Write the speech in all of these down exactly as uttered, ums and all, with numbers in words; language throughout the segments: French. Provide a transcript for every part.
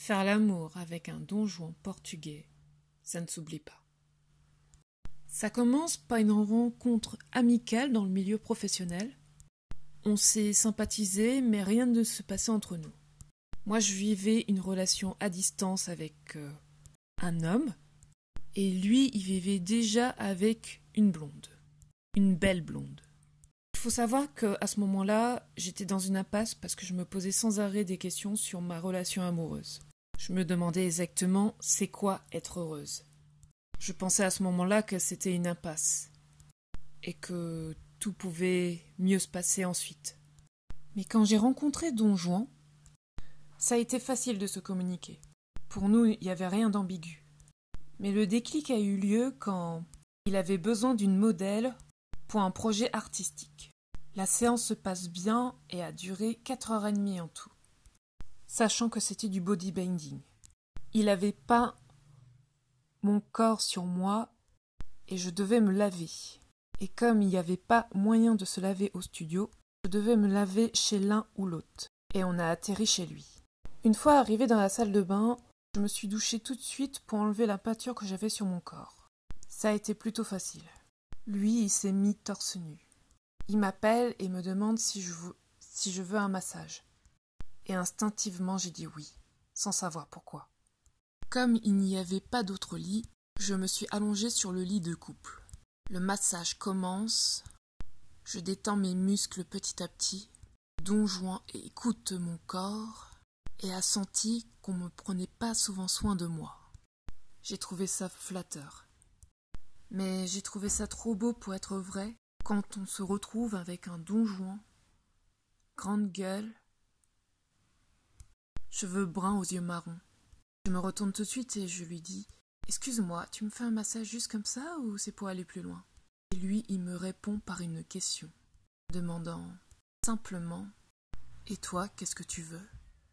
Faire l'amour avec un don Juan portugais, ça ne s'oublie pas. Ça commence par une rencontre amicale dans le milieu professionnel. On s'est sympathisé, mais rien ne se passait entre nous. Moi, je vivais une relation à distance avec euh, un homme, et lui, il vivait déjà avec une blonde, une belle blonde. Il faut savoir qu'à ce moment-là, j'étais dans une impasse parce que je me posais sans arrêt des questions sur ma relation amoureuse. Je me demandais exactement c'est quoi être heureuse. Je pensais à ce moment-là que c'était une impasse et que tout pouvait mieux se passer ensuite. Mais quand j'ai rencontré Don Juan, ça a été facile de se communiquer. Pour nous, il n'y avait rien d'ambigu. Mais le déclic a eu lieu quand il avait besoin d'une modèle pour un projet artistique. La séance se passe bien et a duré quatre heures trente en tout, sachant que c'était du bodybuilding. Il avait peint mon corps sur moi et je devais me laver. Et comme il n'y avait pas moyen de se laver au studio, je devais me laver chez l'un ou l'autre. Et on a atterri chez lui. Une fois arrivé dans la salle de bain, je me suis douchée tout de suite pour enlever la peinture que j'avais sur mon corps. Ça a été plutôt facile. Lui, il s'est mis torse nu. Il m'appelle et me demande si je veux, si je veux un massage. Et instinctivement, j'ai dit oui, sans savoir pourquoi. Comme il n'y avait pas d'autre lit, je me suis allongée sur le lit de couple. Le massage commence, je détends mes muscles petit à petit. Don Juan écoute mon corps et a senti qu'on ne me prenait pas souvent soin de moi. J'ai trouvé ça flatteur. Mais j'ai trouvé ça trop beau pour être vrai quand on se retrouve avec un Don Juan, grande gueule, cheveux bruns aux yeux marrons. Je me retourne tout de suite et je lui dis « Excuse-moi, tu me fais un massage juste comme ça ou c'est pour aller plus loin ?» Et lui, il me répond par une question, demandant simplement « Et toi, qu'est-ce que tu veux ?»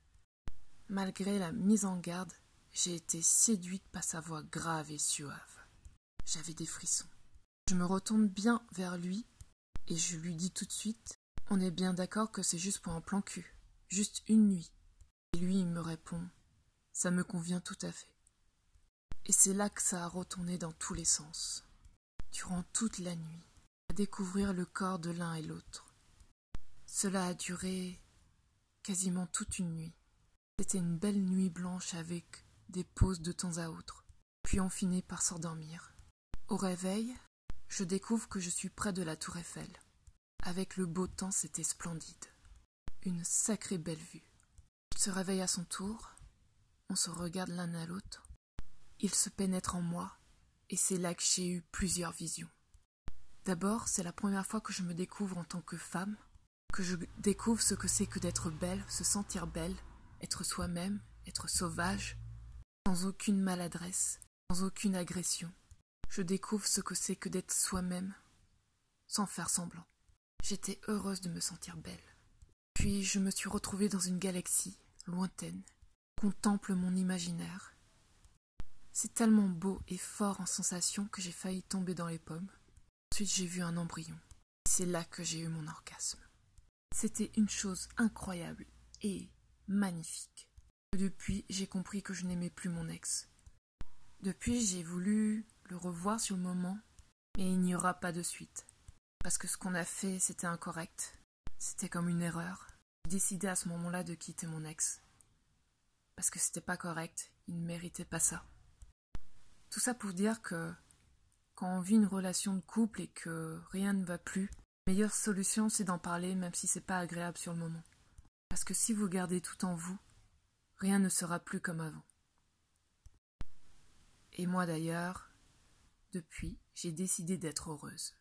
Malgré la mise en garde, j'ai été séduite par sa voix grave et suave. J'avais des frissons. Je me retourne bien vers lui et je lui dis tout de suite « On est bien d'accord que c'est juste pour un plan cul, juste une nuit. » Et lui, il me répond « Ça me convient tout à fait. » Et c'est là que ça a retourné dans tous les sens. Durant toute la nuit, à découvrir le corps de l'un et l'autre. Cela a duré quasiment toute une nuit. C'était une belle nuit blanche avec des pauses de temps à autre. Puis on finit par s'endormir. Au réveil, je découvre que je suis près de la Tour Eiffel. Avec le beau temps, c'était splendide. Une sacrée belle vue. Il se réveille à son tour. On se regarde l'un à l'autre. Il se pénètre en moi. Et c'est là que j'ai eu plusieurs visions. D'abord, c'est la première fois que je me découvre en tant que femme, que je découvre ce que c'est que d'être belle, se sentir belle, être soi-même, être sauvage, sans aucune maladresse, sans aucune agression. Je découvre ce que c'est que d'être soi-même, sans faire semblant. J'étais heureuse de me sentir belle. Puis je me suis retrouvée dans une galaxie lointaine, contemple mon imaginaire. C'est tellement beau et fort en sensation que j'ai failli tomber dans les pommes. Ensuite, j'ai vu un embryon. C'est là que j'ai eu mon orgasme. C'était une chose incroyable et magnifique. Depuis, j'ai compris que je n'aimais plus mon ex. Depuis, j'ai voulu le revoir sur le moment, mais il n'y aura pas de suite. Parce que ce qu'on a fait, c'était incorrect. C'était comme une erreur. J'ai décidé à ce moment-là de quitter mon ex. Parce que c'était pas correct, il ne méritait pas ça. Tout ça pour dire que quand on vit une relation de couple et que rien ne va plus, la meilleure solution c'est d'en parler même si c'est pas agréable sur le moment. Parce que si vous gardez tout en vous, rien ne sera plus comme avant. Et moi d'ailleurs, depuis, j'ai décidé d'être heureuse.